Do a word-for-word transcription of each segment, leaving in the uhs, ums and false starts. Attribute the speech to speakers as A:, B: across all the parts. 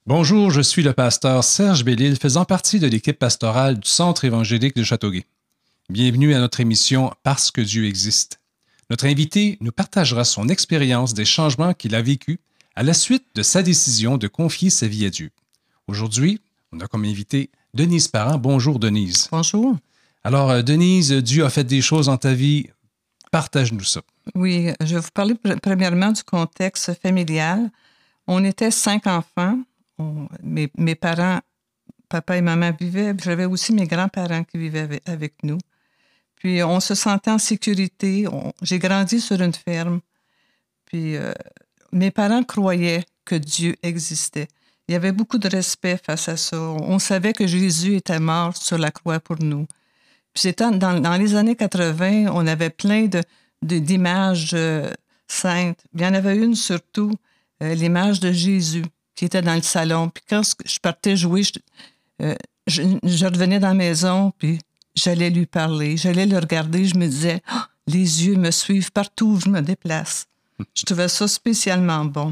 A: Bonjour, je suis le pasteur Serge Bellil, faisant partie de l'équipe pastorale du Centre évangélique de Châteauguay. Bienvenue à notre émission « Parce que Dieu existe ». Notre invité nous partagera son expérience des changements qu'il a vécus à la suite de sa décision de confier sa vie à Dieu. Aujourd'hui, on a comme invité Denise Parent. Bonjour Denise.
B: Bonjour.
A: Alors Denise, Dieu a fait des choses dans ta vie. Partage-nous ça.
B: Oui, je vais vous parler pr- premièrement du contexte familial. On était cinq enfants. On, mes, mes parents, papa et maman vivaient. J'avais aussi mes grands-parents qui vivaient avec, avec nous. Puis on se sentait en sécurité. On, j'ai grandi sur une ferme. Puis euh, mes parents croyaient que Dieu existait. Il y avait beaucoup de respect face à ça. On, on savait que Jésus était mort sur la croix pour nous. Puis c'était dans, dans les années quatre-vingt, on avait plein de, de, d'images euh, saintes. Il y en avait une surtout, euh, l'image de Jésus qui était dans le salon. Puis quand je partais jouer, je, euh, je, je revenais dans la maison, puis j'allais lui parler, j'allais le regarder, je me disais, oh, les yeux me suivent partout où je me déplace. Je trouvais ça spécialement bon.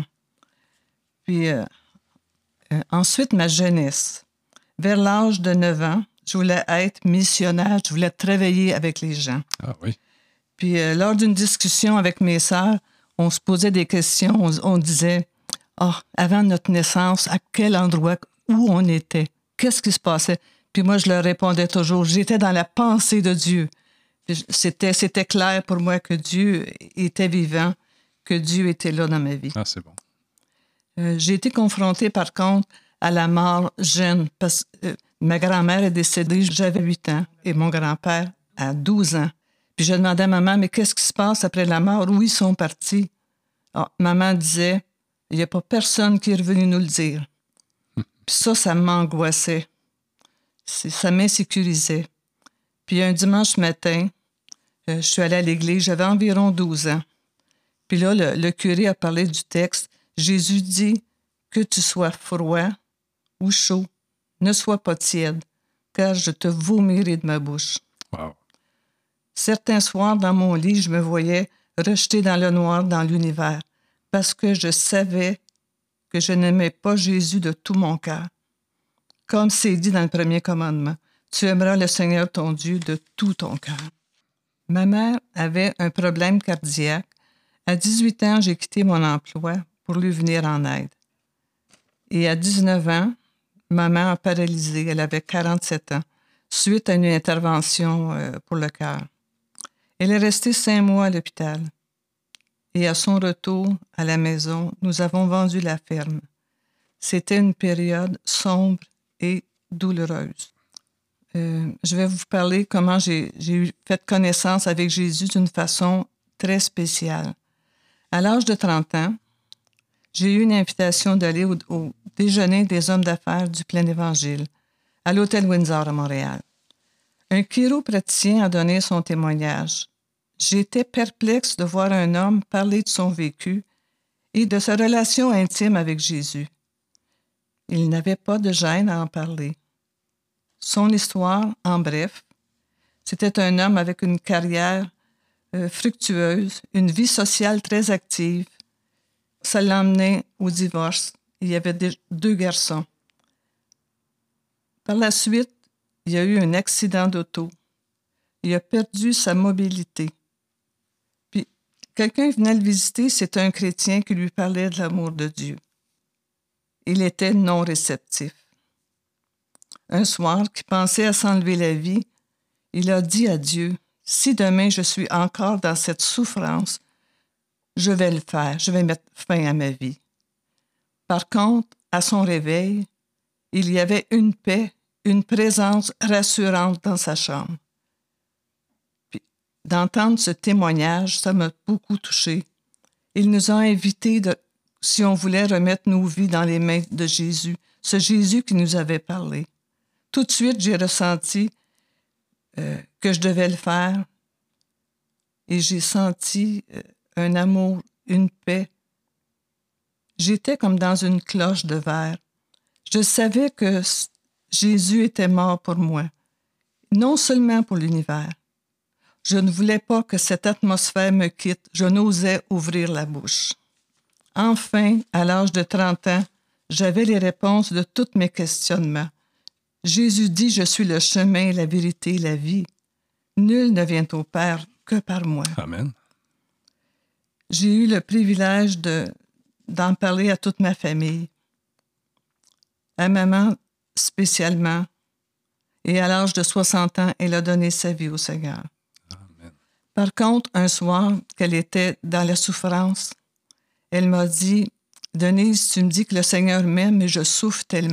B: Puis euh, euh, ensuite, ma jeunesse. Vers l'âge de neuf ans, je voulais être missionnaire, je voulais travailler avec les gens.
A: Ah oui.
B: Puis euh, lors d'une discussion avec mes sœurs, on se posait des questions, on, on disait, ah, oh, avant notre naissance, à quel endroit, où on était, qu'est-ce qui se passait? Puis moi, je leur répondais toujours, j'étais dans la pensée de Dieu. Puis c'était, c'était clair pour moi que Dieu était vivant, que Dieu était là dans ma vie.
A: Ah, c'est bon.
B: Euh, j'ai été confrontée, par contre, à la mort jeune, parce que euh, ma grand-mère est décédée, j'avais huit ans, et mon grand-père a douze ans. Puis je demandais à maman, mais qu'est-ce qui se passe après la mort? Où ils sont partis? Ah, maman disait, il n'y a pas personne qui est revenu nous le dire. Puis ça, ça m'angoissait. C'est, ça m'insécurisait. Puis un dimanche matin, euh, je suis allée à l'église, j'avais environ douze ans. Puis là, le, le curé a parlé du texte. Jésus dit, que tu sois froid ou chaud, ne sois pas tiède, car je te vomirai de ma bouche.
A: Wow.
B: Certains soirs, dans mon lit, je me voyais rejetée dans le noir, dans l'univers, parce que je savais que je n'aimais pas Jésus de tout mon cœur. Comme c'est dit dans le premier commandement, tu aimeras le Seigneur ton Dieu de tout ton cœur. Ma mère avait un problème cardiaque. À dix-huit ans, j'ai quitté mon emploi pour lui venir en aide. Et à dix-neuf ans, maman a paralysé, elle avait quarante-sept ans, suite à une intervention euh, pour le cœur. Elle est restée cinq mois à l'hôpital. Et à son retour à la maison, nous avons vendu la ferme. C'était une période sombre et douloureuse. Euh, je vais vous parler comment j'ai, j'ai eu, fait connaissance avec Jésus d'une façon très spéciale. À l'âge de trente ans, j'ai eu une invitation d'aller au, au déjeuner des hommes d'affaires du Plein Évangile, à l'Hôtel Windsor à Montréal. Un chiropraticien a donné son témoignage. J'étais perplexe de voir un homme parler de son vécu et de sa relation intime avec Jésus. Il n'avait pas de gêne à en parler. Son histoire, en bref, c'était un homme avec une carrière euh, fructueuse, une vie sociale très active. Ça l'a emmené au divorce. Il y avait des, deux garçons. Par la suite, il y a eu un accident d'auto. Il a perdu sa mobilité. Puis, quelqu'un venait le visiter, c'était un chrétien qui lui parlait de l'amour de Dieu. Il était non réceptif. Un soir, qui pensait à s'enlever la vie, il a dit à Dieu, « Si demain je suis encore dans cette souffrance, je vais le faire, je vais mettre fin à ma vie. » Par contre, à son réveil, il y avait une paix, une présence rassurante dans sa chambre. Puis, d'entendre ce témoignage, ça m'a beaucoup touchée. Il nous a invités, de, si on voulait remettre nos vies dans les mains de Jésus, ce Jésus qui nous avait parlé. Tout de suite, j'ai ressenti euh, que je devais le faire et j'ai senti euh, un amour, une paix. J'étais comme dans une cloche de verre. Je savais que Jésus était mort pour moi, non seulement pour l'univers. Je ne voulais pas que cette atmosphère me quitte. Je n'osais ouvrir la bouche. Enfin, à l'âge de trente ans, J'avais les réponses de tous mes questionnements. Jésus dit, je suis le chemin, la vérité, la vie. Nul ne vient au Père que par moi.
A: Amen.
B: J'ai eu le privilège de, d'en parler à toute ma famille, à maman spécialement. Et à l'âge de soixante ans, elle a donné sa vie au Seigneur.
A: Amen.
B: Par contre, un soir, qu'elle était dans la souffrance, elle m'a dit, « Denise, tu me dis que le Seigneur m'aime, mais je souffre tellement. »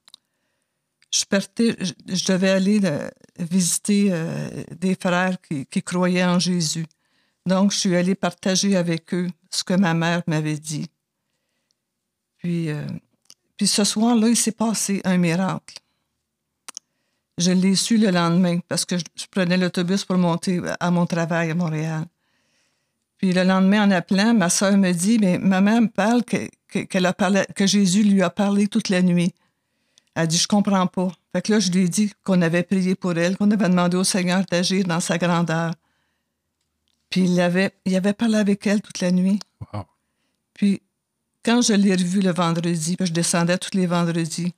B: Je partais, je, je devais aller euh, visiter euh, des frères qui, qui croyaient en Jésus. Donc, je suis allée partager avec eux ce que ma mère m'avait dit. Puis, euh, puis ce soir-là, il s'est passé un miracle. Je l'ai su le lendemain parce que je, je prenais l'autobus pour monter à mon travail à Montréal. Puis le lendemain, en appelant, ma sœur me dit, mais ma mère me parle que, que, qu'elle a parlé, que Jésus lui a parlé toute la nuit. Elle dit, je comprends pas. Fait que là, je lui ai dit qu'on avait prié pour elle, qu'on avait demandé au Seigneur d'agir dans sa grandeur. Puis il avait, il avait parlé avec elle toute la nuit.
A: Wow.
B: Puis quand je l'ai revue le vendredi, puis je descendais tous les vendredis,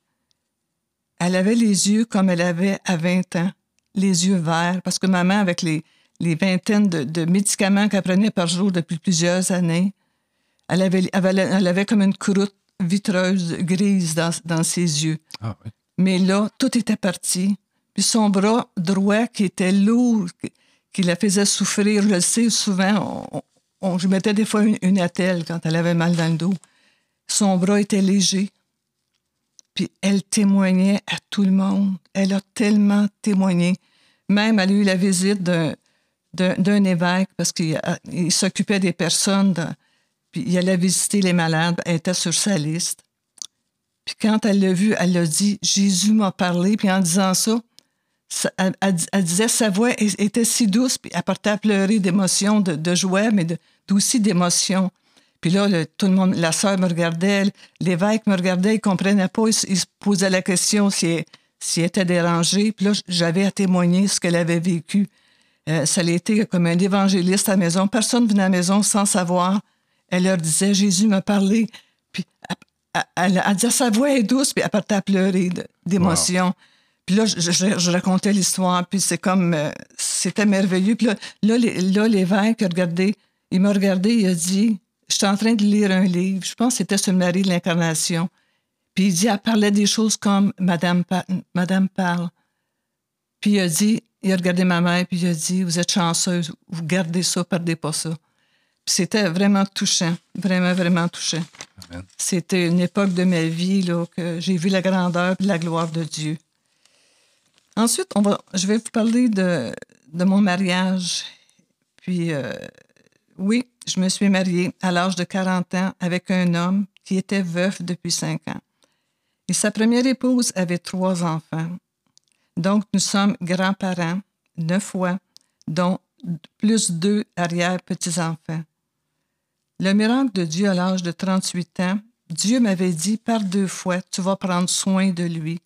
B: elle avait les yeux comme elle avait à vingt ans, les yeux verts, parce que maman, avec les, les vingtaines de, de médicaments qu'elle prenait par jour depuis plusieurs années, elle avait, elle avait comme une croûte vitreuse, grise dans, dans ses yeux.
A: Ah, oui.
B: Mais là, tout était parti. Puis son bras droit, qui était lourd, qui, qui la faisait souffrir, je le sais, souvent, on, on, je mettais des fois une, une attelle quand elle avait mal dans le dos. Son bras était léger. Puis elle témoignait à tout le monde. Elle a tellement témoigné. Même, elle a eu la visite d'un, d'un, d'un évêque parce qu'il il s'occupait des personnes. Dans, puis il allait visiter les malades. Elle était sur sa liste. Puis quand elle l'a vu, elle a dit, « Jésus m'a parlé. » Puis en disant ça, ça elle, elle, elle disait, sa voix était si douce. Puis elle partait à pleurer d'émotion, de, de joie, mais de, aussi d'émotion. Puis là, le, tout le monde, la sœur me regardait, l'évêque me regardait, il ne comprenait pas, il, il se posait la question s'il si était dérangé. Puis là, j'avais à témoigner ce qu'elle avait vécu. Euh, ça a été comme un évangéliste à la maison. Personne venait à la maison sans savoir. Elle leur disait, Jésus m'a parlé. Puis elle, elle, elle disait, sa voix est douce, puis elle partait à pleurer d'émotion. Wow. Puis là, je, je, je racontais l'histoire, puis c'est comme, euh, c'était merveilleux. Puis là, là, là l'évêque a regardé, il m'a regardé, il a dit, je suis en train de lire un livre, je pense que c'était sur Marie de l'Incarnation. Puis il dit, elle parlait des choses comme Madame, pa- Madame parle. Puis il a dit, il a regardé ma mère, puis il a dit, vous êtes chanceuse, vous gardez ça, perdez pas ça. Puis c'était vraiment touchant, vraiment, vraiment touchant. Amen. C'était une époque de ma vie là, que j'ai vu la grandeur et la gloire de Dieu. Ensuite, on va, je vais vous parler de, de mon mariage. Puis, euh, oui, je me suis mariée à l'âge de quarante ans avec un homme qui était veuf depuis cinq ans. Et sa première épouse avait trois enfants. Donc, nous sommes grands-parents, neuf fois, dont plus deux arrière-petits-enfants. Le miracle de Dieu à l'âge de trente-huit ans, Dieu m'avait dit par deux fois, tu vas prendre soin de lui.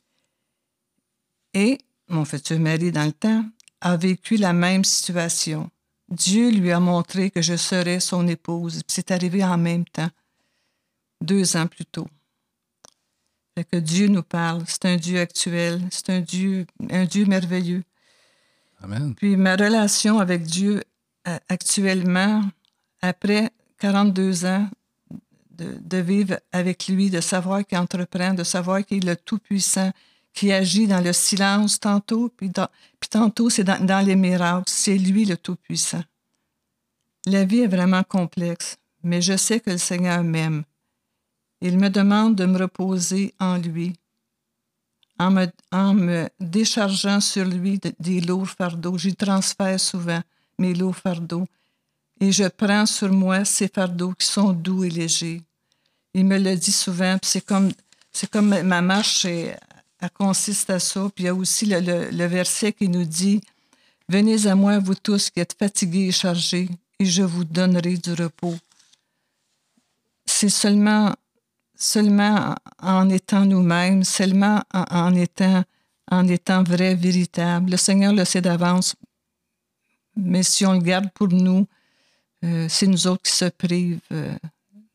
B: Et mon futur mari, dans le temps, a vécu la même situation. Dieu lui a montré que je serais son épouse. C'est arrivé en même temps, deux ans plus tôt. Fait que Dieu nous parle. C'est un Dieu actuel. C'est un Dieu, un Dieu merveilleux.
A: Amen. Puis
B: ma relation avec Dieu euh, actuellement, après quarante-deux ans de, de vivre avec lui, de savoir qu'il entreprend, de savoir qu'il est le Tout-Puissant, qui agit dans le silence tantôt, puis, dans, puis tantôt c'est dans, dans les miracles. C'est lui le Tout-Puissant. La vie est vraiment complexe, mais je sais que le Seigneur m'aime. Il me demande de me reposer en lui, en me, en me déchargeant sur lui de, des lourds fardeaux. J'y transfère souvent mes lourds fardeaux et je prends sur moi ces fardeaux qui sont doux et légers. Il me le dit souvent, puis c'est comme, c'est comme ma marche, c'est, elle consiste à ça. Puis il y a aussi le, le, le verset qui nous dit « Venez à moi, vous tous qui êtes fatigués et chargés, et je vous donnerai du repos. » C'est seulement... Seulement en étant nous-mêmes, seulement en, en, étant, en étant vrai, véritable. Le Seigneur le sait d'avance, mais si on le garde pour nous, euh, c'est nous autres qui se privent euh,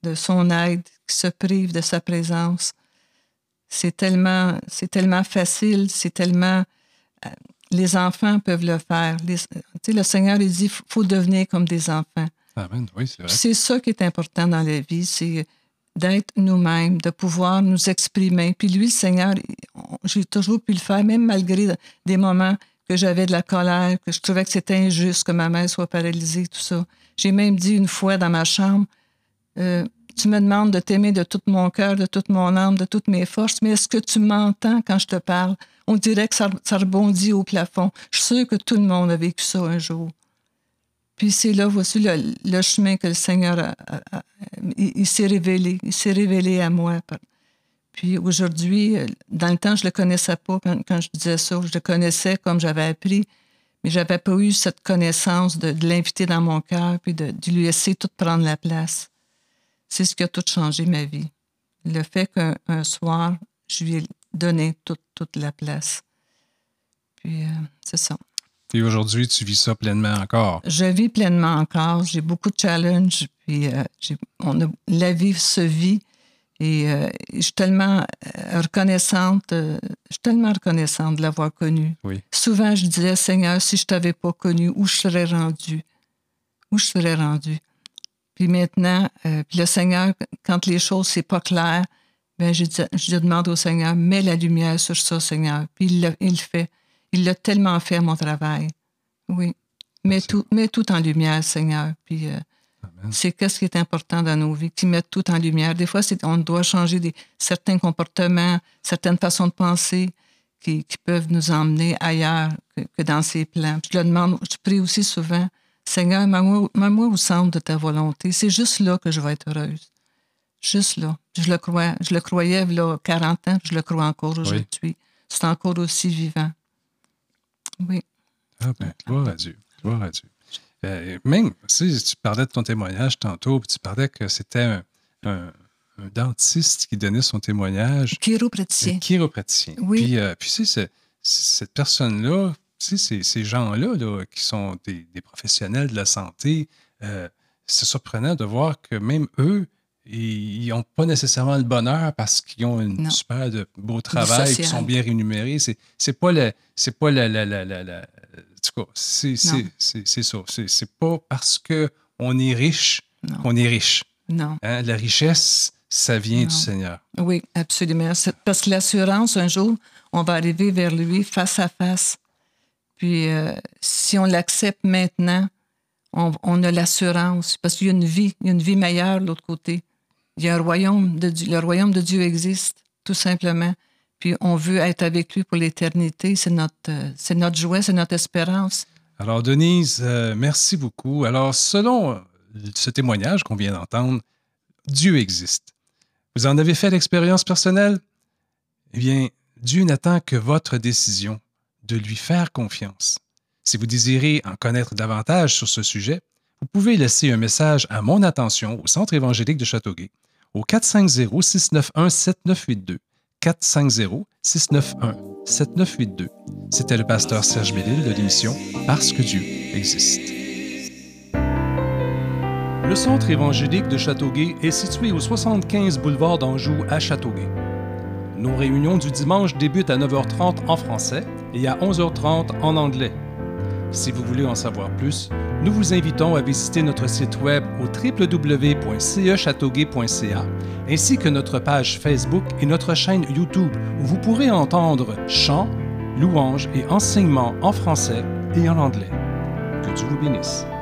B: de son aide, qui se privent de sa présence. C'est tellement, c'est tellement facile, c'est tellement... Euh, les enfants peuvent le faire. Les, tu sais, le Seigneur, il dit, il faut devenir comme des enfants.
A: Amen, oui, c'est vrai.
B: C'est ça qui est important dans la vie, c'est d'être nous-mêmes, de pouvoir nous exprimer. Puis lui, le Seigneur, j'ai toujours pu le faire, même malgré des moments que j'avais de la colère, que je trouvais que c'était injuste que ma mère soit paralysée, tout ça. J'ai même dit une fois dans ma chambre, euh, tu me demandes de t'aimer de tout mon cœur, de toute mon âme, de toutes mes forces, mais est-ce que tu m'entends quand je te parle? On dirait que ça, ça rebondit au plafond. Je suis sûre que tout le monde a vécu ça un jour. Puis c'est là, voici le, le chemin que le Seigneur a, a, a, il, il s'est révélé. Il s'est révélé à moi. Puis aujourd'hui, dans le temps, je ne le connaissais pas quand, quand je disais ça. Je le connaissais comme j'avais appris, mais je n'avais pas eu cette connaissance de, de l'inviter dans mon cœur puis de, de lui laisser tout prendre la place. C'est ce qui a tout changé ma vie. Le fait qu'un un soir, je lui ai donné toute, toute la place. Puis euh, c'est ça.
A: Et aujourd'hui, tu vis ça pleinement encore?
B: Je vis pleinement encore. J'ai beaucoup de challenges. Puis euh, j'ai, on a, la vie se vit. Et euh, je suis tellement reconnaissante, euh, je suis tellement reconnaissante de l'avoir connu.
A: Oui.
B: Souvent, je disais, Seigneur, si je ne t'avais pas connu, où je serais rendu? Où je serais rendu? Puis maintenant, euh, puis le Seigneur, quand les choses, c'est pas clair, ben je, dis, je demande au Seigneur, mets la lumière sur ça, Seigneur. Puis il le, il le fait. Il l'a tellement fait, mon travail. Oui. Mets tout, mets tout en lumière, Seigneur. Puis euh, c'est qu'est-ce qui est important dans nos vies, qui mettent tout en lumière. Des fois, c'est, on doit changer des, certains comportements, certaines façons de penser qui, qui peuvent nous emmener ailleurs que, que dans ses plans. Puis je le demande, je prie aussi souvent, Seigneur, mets-moi, mets-moi au centre de ta volonté. C'est juste là que je vais être heureuse. Juste là. Je le crois. Je le croyais il y a quarante ans, puis je le crois encore aujourd'hui. Oui. C'est encore aussi vivant. Oui.
A: Ah ben, gloire à Dieu. Gloire à Dieu. Euh, même, tu sais, tu parlais de ton témoignage tantôt, puis tu parlais que c'était un, un, un dentiste qui donnait son témoignage.
B: Chiropraticien.
A: Un chiropraticien. Oui. Puis, euh, puis tu sais, cette personne-là, tu sais, ces, ces gens-là là, qui sont des, des professionnels de la santé, euh, c'est surprenant de voir que même eux, ils n'ont pas nécessairement le bonheur parce qu'ils ont un non. super de beau travail, qu'ils sont bien rémunérés. C'est, c'est pas le... C'est pas la... la, la, la, la en tout cas, c'est, c'est, c'est, c'est ça. C'est, c'est pas parce qu'on est riche non. qu'on est riche.
B: Non.
A: Hein? La richesse, ça vient non. du Seigneur.
B: Oui, absolument. C'est parce que l'assurance, un jour, on va arriver vers lui face à face. Puis, euh, si on l'accepte maintenant, on, on a l'assurance. Parce qu'il y a une vie, il y a une vie meilleure de l'autre côté. Il y a un royaume de Dieu. Le royaume de Dieu existe, tout simplement. Puis on veut être avec lui pour l'éternité. C'est notre, euh, c'est notre joie, c'est notre espérance.
A: Alors, Denise, euh, merci beaucoup. Alors, selon ce témoignage qu'on vient d'entendre, Dieu existe. Vous en avez fait l'expérience personnelle? Eh bien, Dieu n'attend que votre décision de lui faire confiance. Si vous désirez en connaître davantage sur ce sujet, vous pouvez laisser un message à mon attention au Centre évangélique de Châteauguay au quatre cinq zéro, six neuf un, sept neuf huit deux. quatre cinq zéro, six neuf un, sept neuf huit deux. C'était le pasteur Serge Bellil de l'émission Parce que Dieu existe. Le Centre évangélique de Châteauguay est situé au soixante-quinze boulevard d'Anjou à Châteauguay. Nos réunions du dimanche débutent à neuf heures trente en français et à onze heures trente en anglais. Si vous voulez en savoir plus, nous vous invitons à visiter notre site web au w w w point c e châteauguay point c a ainsi que notre page Facebook et notre chaîne YouTube où vous pourrez entendre chants, louanges et enseignements en français et en anglais. Que Dieu vous bénisse.